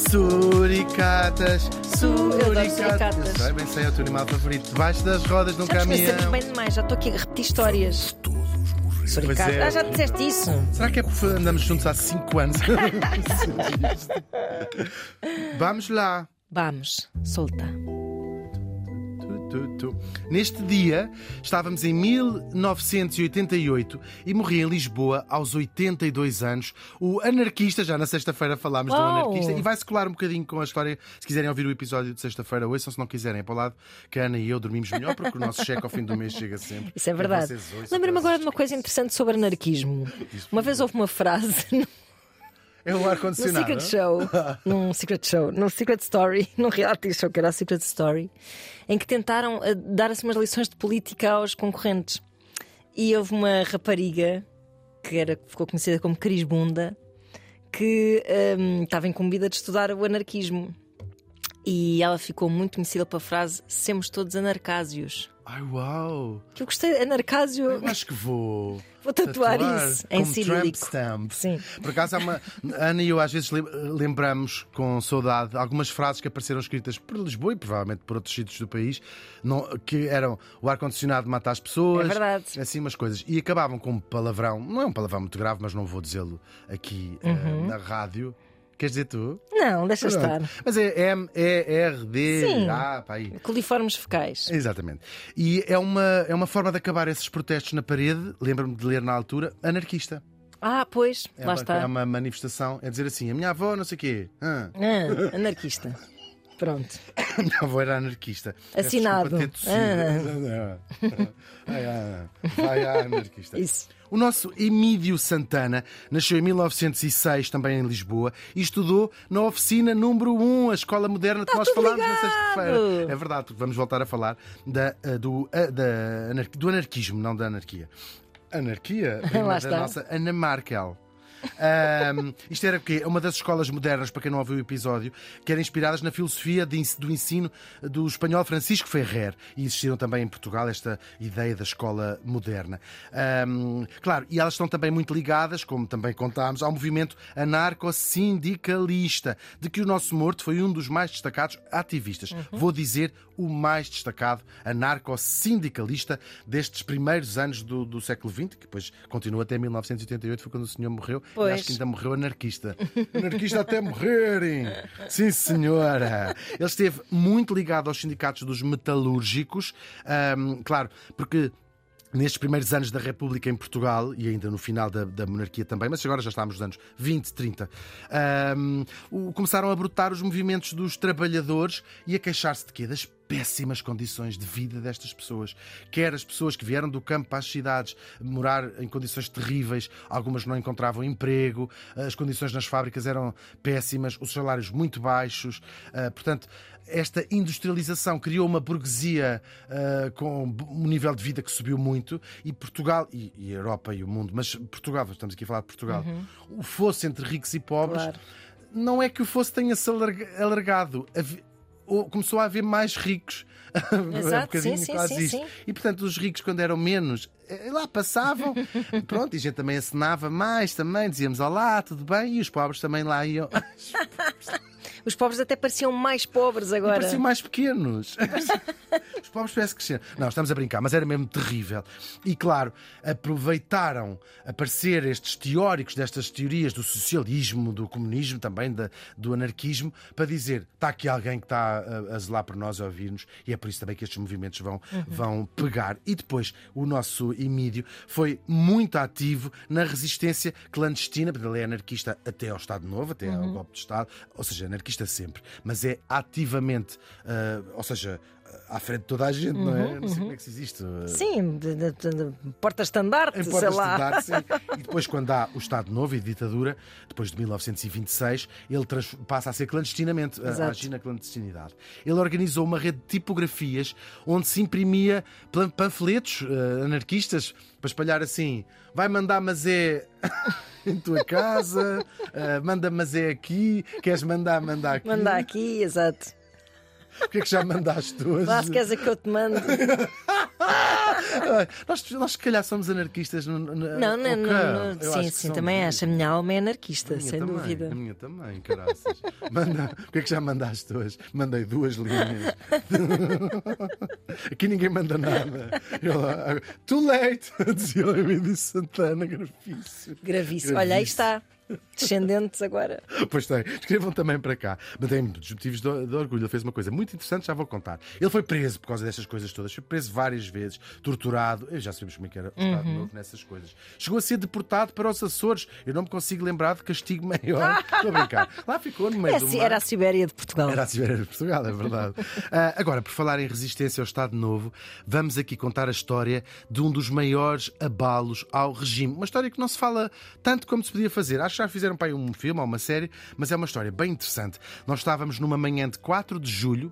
Suricatas, Eu adoro suricatas. Eu sei, bem sei, é o teu animal favorito. Debaixo das rodas de um Já caminhão. sempre bem demais, já estou aqui a repetir histórias. Suricatas. Pois é. Já disseste isso? Será que é porque andamos juntos há 5 anos? Vamos lá. Vamos, solta. Neste dia, estávamos em 1988 e morria em Lisboa aos 82 anos o anarquista, já na sexta-feira falámos do anarquista, e vai-se colar um bocadinho com a história. Se quiserem ouvir o episódio de sexta-feira, ouçam, se não quiserem, é para o lado que a Ana e eu dormimos melhor, porque o nosso cheque ao fim do mês chega sempre. Isso é verdade. Lembro-me agora de uma coisa interessante sobre anarquismo. Uma vez houve uma frase É o ar-condicionado. num Secret Story, num reality show que era a Secret Story, em que tentaram dar assim umas lições de política aos concorrentes. E houve uma rapariga que ficou conhecida como Cris Bunda, que estava incumbida de estudar o anarquismo. E ela ficou muito conhecida pela frase: "Semos todos anarcásios". Ai, uau! Que eu gostei, anarcásio. Eu acho que vou tatuar isso em como cirílico. tramp stamp. Sim. Por acaso há uma. A Ana e eu às vezes lembramos com saudade algumas frases que apareceram escritas por Lisboa e provavelmente por outros sítios do país, que eram: o ar-condicionado mata as pessoas. É verdade. Assim umas coisas. E acabavam com um palavrão. Não é um palavrão muito grave, mas não vou dizê-lo aqui na rádio. Queres dizer tu? Não, deixa estar. Mas é M-E-R-D. Sim. Pá, aí. Coliformes fecais. Exatamente. E é uma forma de acabar esses protestos na parede, lembro-me de ler na altura, anarquista. Pois, lá está. É uma manifestação, é dizer assim: a minha avó não sei o quê. Anarquista. Pronto. A minha avó era anarquista. Assinado. Vai à anarquista. Isso. O nosso Emílio Santana nasceu em 1906, também em Lisboa, e estudou na oficina número 1, a escola moderna que nós falámos na sexta-feira. É verdade, porque vamos voltar a falar do anarquismo, não da anarquia. Anarquia? Lá Da nossa Ana Markel. Isto era o quê? Uma das escolas modernas, para quem não ouviu o episódio, que eram inspiradas na filosofia do ensino do espanhol Francisco Ferrer, e existiram também em Portugal esta ideia da escola moderna. Claro, e elas estão também muito ligadas, como também contámos, ao movimento anarco-sindicalista, de que o nosso morto foi um dos mais destacados ativistas. Vou dizer o mais destacado anarco-sindicalista destes primeiros anos do século XX, que depois continua até 1988, foi quando o senhor morreu. Pois. E acho que ainda morreu anarquista. Anarquista até morrerem. Sim, senhora. Ele esteve muito ligado aos sindicatos dos metalúrgicos. Claro, porque nestes primeiros anos da República em Portugal, e ainda no final da monarquia também, mas agora já estamos nos anos 20, 30, começaram a brotar os movimentos dos trabalhadores e a queixar-se de quê? Das péssimas condições de vida destas pessoas. Quer as pessoas que vieram do campo para as cidades morar em condições terríveis, algumas não encontravam emprego, as condições nas fábricas eram péssimas, os salários muito baixos. Portanto, esta industrialização criou uma burguesia com um nível de vida que subiu muito, e Portugal, e a Europa e o mundo, mas Portugal, estamos aqui a falar de Portugal, o fosso entre ricos e pobres, claro, não é que o fosso tenha-se alargado. Começou a haver mais ricos. Exato, sim. E portanto os ricos, quando eram menos, lá passavam, pronto, e a gente também acenava mais, também dizíamos olá, tudo bem, e os pobres também lá iam. Os pobres até pareciam mais pobres agora. E pareciam mais pequenos. Os pobres parecem crescer. Não, estamos a brincar, mas era mesmo terrível. E claro, aproveitaram aparecer estes teóricos destas teorias do socialismo, do comunismo, também do anarquismo, para dizer: está aqui alguém que está a zelar por nós, a ouvir-nos, e é por isso também que estes movimentos vão pegar. E depois o nosso Emílio foi muito ativo na resistência clandestina, porque ele é anarquista até ao Estado Novo, até ao golpe de Estado, ou seja, anarquista sempre, mas é ativamente, ou seja, à frente de toda a gente, não é? Não sei como é que se existe. Sim, de porta-estandarte, sei lá. Sim. E depois, quando há o Estado Novo e ditadura, depois de 1926, ele passa a ser clandestinamente, a agir na clandestinidade. Ele organizou uma rede de tipografias onde se imprimia panfletos anarquistas para espalhar assim: vai mandar, mas é em tua casa, manda, mas é aqui, queres mandar, manda aqui. Manda aqui, exato. O que é que já mandaste hoje? Lá, se queres é que eu te mando. Nós se calhar somos anarquistas. Não, sim, somos. também acho. A minha alma é anarquista, A minha sem também, dúvida. A minha também, caraças. O que é que já mandaste hoje? Mandei 2 linhas. Aqui ninguém manda nada. Too late, dizia o Emílio Santana, gravíssimo. Gravíssimo. Olha, aí está. Descendentes agora. Pois tem, escrevam também para cá. Mas tem muitos motivos de orgulho. Ele fez uma coisa muito interessante, já vou contar. Ele foi preso por causa destas coisas todas, foi preso várias vezes, torturado. Já sabemos como é que era o Estado Novo nessas coisas. Chegou a ser deportado para os Açores. Eu não me consigo lembrar de castigo maior. Estou a brincar. Lá ficou no meio do mar. Era a Sibéria de Portugal. Era a Sibéria de Portugal, é verdade. Agora, por falar em resistência ao Estado Novo, vamos aqui contar a história de um dos maiores abalos ao regime. Uma história que não se fala tanto como se podia fazer. Acho que já fizeram para aí um filme ou uma série, mas é uma história bem interessante. Nós estávamos numa manhã de 4 de julho de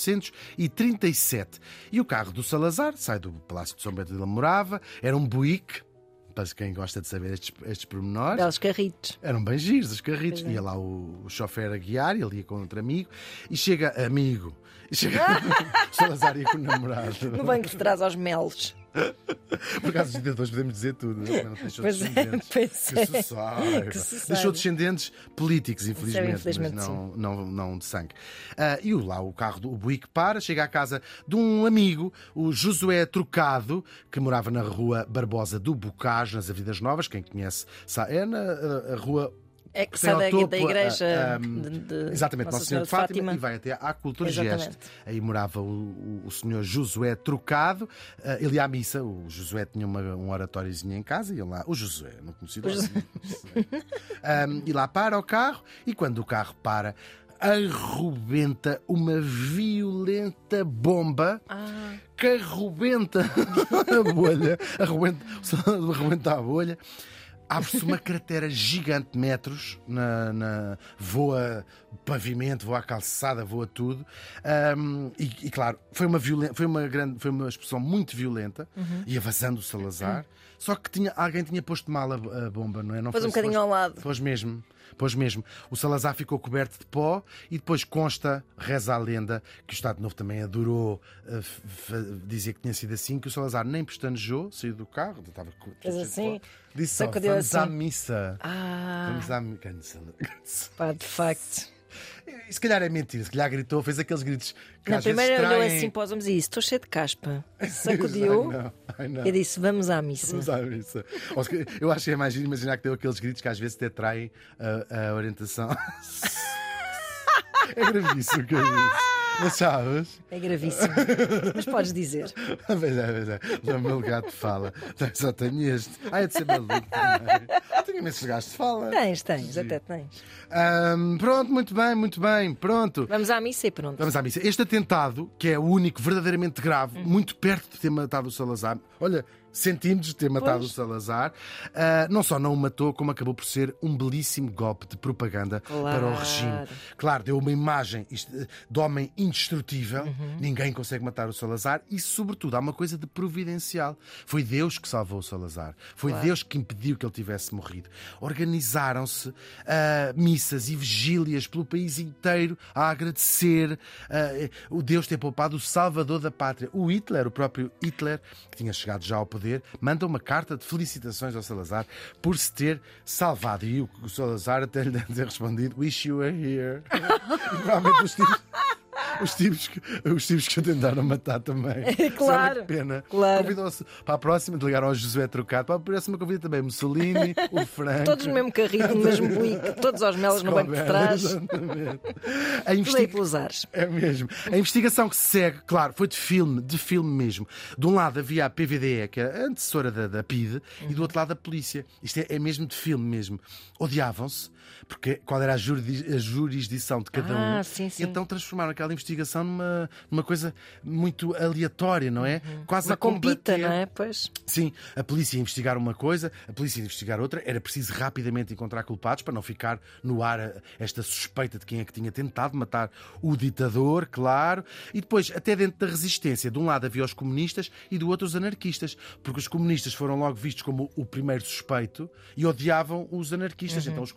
1937 e o carro do Salazar sai do Palácio de São Bento onde ele morava, era um Buick. Para quem gosta de saber estes pormenores. Belos carritos. Eram bem giros os carritos. Ia lá o chofer a guiar, ele ia com outro amigo e chega amigo. E chega o Salazar ia com o namorado. No banco de trás aos melos. Por acaso, os ditadores podemos dizer tudo, não é? Não deixou Pois descendentes. é. Que se deixou descendentes políticos, infelizmente, infelizmente, mas não de sangue. E lá o carro do Buick para, chega à casa de um amigo, o Josué Trocado, que morava na rua Barbosa do Bocage, nas Avenidas Novas. Quem conhece sabe, é na rua. É que sai da igreja exatamente, Nossa Senhora de Fátima, e vai até à Cultura Exatamente. Geste. Aí morava o senhor Josué Trocado. Ele ia à missa. O Josué tinha um oratóriozinho em casa. E lá, o Josué, não conhecia e lá para o carro. E quando o carro para, arrebenta uma violenta bomba que arrebenta a bolha. Arrebenta a bolha. Abre-se uma cratera gigante de metros, voa pavimento, voa a calçada, voa tudo. E claro, foi uma explosão muito violenta, ia vazando o Salazar. Só que alguém tinha posto mal a bomba, não é? Não Pôs um bocadinho ao lado. Pois mesmo. O Salazar ficou coberto de pó e depois reza a lenda, que o Estado Novo também adorou dizer que tinha sido assim, que o Salazar nem pestanejou, saiu do carro, estava assim, disse só, vamos à missa. Vamos à missa. Pá, de facto. E se calhar é mentira, se calhar gritou, fez aqueles gritos que Não, às vezes primeiro olhou traem. assim para os ombros e disse: estou cheio de caspa. Sacudiu e disse: vamos à missa. Vamos à missa. Eu acho que é mais giro imaginar que deu aqueles gritos que às vezes até traem a orientação. É gravíssimo o que eu disse. Mas sabes? É gravíssimo. Mas podes dizer. Pois é. Já o meu gato fala. Só tenho este. É de ser maluco também. Tenho imensos gajos de fala. Tens, até tens. Pronto, muito bem. Pronto. Vamos à missa e pronto. Vamos à missa. Este atentado, que é o único verdadeiramente grave, muito perto de ter matado o Salazar. Olha, centímetros de ter matado o Salazar, não só não o matou, como acabou por ser um belíssimo golpe de propaganda para o regime. Claro, deu uma imagem de homem indestrutível, ninguém consegue matar o Salazar e, sobretudo, há uma coisa de providencial. Foi Deus que salvou o Salazar. Foi Deus que impediu que ele tivesse morrido. Organizaram-se missas e vigílias pelo país inteiro a agradecer o Deus ter poupado o salvador da pátria. O próprio Hitler, que tinha chegado já ao poder, manda uma carta de felicitações ao Salazar por se ter salvado. E o Salazar até lhe deve ter respondido: Wish you were here. E provavelmente os tipos que o tentaram matar também. Claro. Que pena. Claro. Convidou-se para a próxima, de ligar ao Josué Trocado. Para a próxima convida também Mussolini, o Franco. Todos no mesmo carrinho, no mesmo buique, todos aos melos no banco de trás. Exatamente. Tudo aí pelos ares. É mesmo. A investigação que se segue, claro, foi de filme mesmo. De um lado havia a PVDE, que era a antecessora da PIDE, e do outro lado a polícia. Isto é mesmo de filme mesmo. Odiavam-se, porque qual era a jurisdição de cada um. Sim. E então transformaram aquela investigação numa coisa muito aleatória, não é? Quase uma a combater. compita, não é? Pois. Sim, a polícia ia investigar uma coisa, a polícia ia investigar outra. Era preciso rapidamente encontrar culpados para não ficar no ar esta suspeita de quem é que tinha tentado matar o ditador, claro. E depois, até dentro da resistência, de um lado havia os comunistas e do outro os anarquistas, porque os comunistas foram logo vistos como o primeiro suspeito e odiavam os anarquistas. Então os comunistas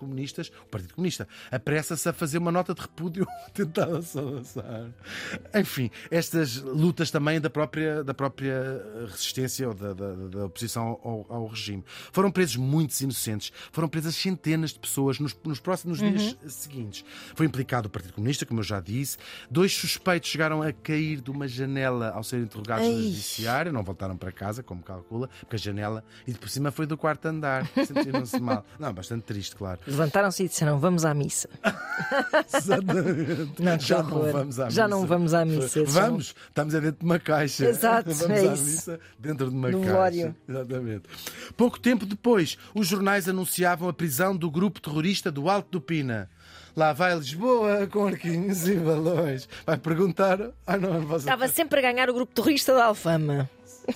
comunistas, o Partido Comunista, apressa-se a fazer uma nota de repúdio ao atentado a Salazar. Enfim, estas lutas também da própria resistência ou da oposição ao regime. Foram presos muitos inocentes, foram presas centenas de pessoas nos próximos dias seguintes. Foi implicado o Partido Comunista, como eu já disse. 2 suspeitos chegaram a cair de uma janela ao serem interrogados no judiciário, não voltaram para casa, como calcula, porque a janela, e por cima foi do 4º andar. Sentiram-se mal. Não, bastante triste, claro. Levantaram-se e disseram: vamos à missa. Exatamente. Não, Já não vamos à missa. Já não vamos à missa. Vamos, estamos dentro de uma caixa. Exato, vamos é à isso. missa dentro de uma No caixa. velório. Exatamente. Pouco tempo depois, os jornais anunciavam a prisão do grupo terrorista do Alto do Pina. Lá vai Lisboa com arquinhos e balões. Vai perguntar. Não posso... Estava sempre a ganhar o grupo terrorista da Alfama.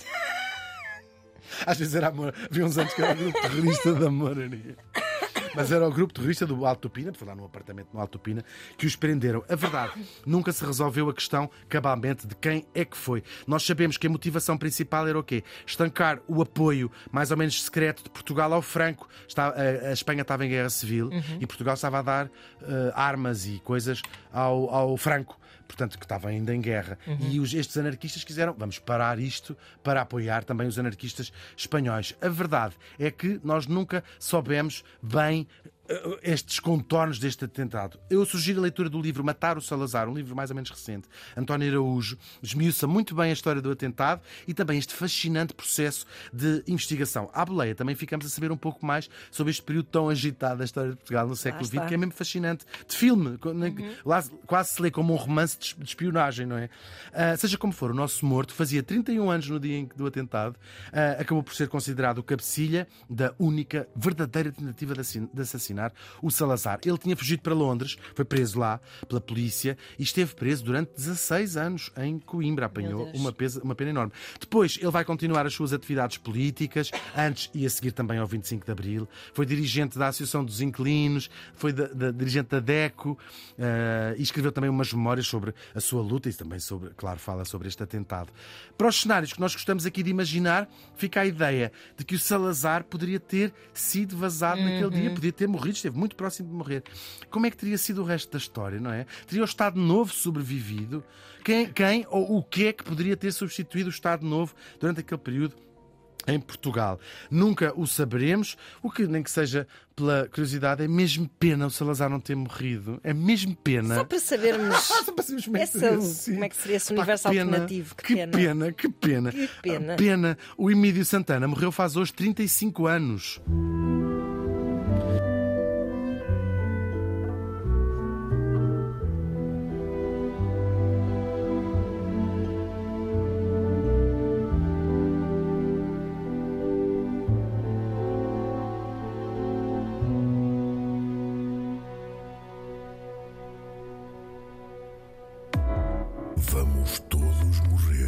Às vezes era amor. Havia uns anos que era o grupo terrorista da Moraria. Mas era o grupo terrorista do Alto do Pina, foi lá no apartamento no Alto do Pina, que os prenderam. A verdade, nunca se resolveu a questão cabalmente de quem é que foi. Nós sabemos que a motivação principal era o quê? Estancar o apoio mais ou menos secreto de Portugal ao Franco. A Espanha estava em guerra civil e Portugal estava a dar armas e coisas ao Franco. Portanto, que estava ainda em guerra. E estes anarquistas quiseram, vamos parar isto para apoiar também os anarquistas espanhóis. A verdade é que nós nunca soubemos bem estes contornos deste atentado. Eu sugiro a leitura do livro Matar o Salazar, um livro mais ou menos recente. António Araújo esmiuça muito bem a história do atentado e também este fascinante processo de investigação. À boleia também ficamos a saber um pouco mais sobre este período tão agitado da história de Portugal no século XX, que é mesmo fascinante. De filme, lá quase se lê como um romance de espionagem, não é? Seja como for, o nosso morto fazia 31 anos no dia do atentado, acabou por ser considerado o cabecilha da única verdadeira tentativa de assassinar o Salazar. Ele tinha fugido para Londres, foi preso lá pela polícia e esteve preso durante 16 anos em Coimbra. Apanhou uma pena enorme. Depois ele vai continuar as suas atividades políticas, antes e a seguir também ao 25 de Abril. Foi dirigente da Associação dos Inquilinos, foi dirigente da DECO e escreveu também umas memórias sobre a sua luta e também fala sobre este atentado. Para os cenários que nós gostamos aqui de imaginar, fica a ideia de que o Salazar poderia ter sido vazado naquele dia, podia ter morrido, esteve muito próximo de morrer. Como é que teria sido o resto da história, não é? Teria o Estado Novo sobrevivido? Quem ou o que é que poderia ter substituído o Estado Novo durante aquele período em Portugal? Nunca o saberemos. O que, nem que seja pela curiosidade, é mesmo pena o Salazar não ter morrido. É mesmo pena. Só para sabermos, Só para sabermos como é que seria esse universo alternativo. Que pena. Que pena. Pena. O Emílio Santana morreu faz hoje 35 anos. Vamos todos morrer.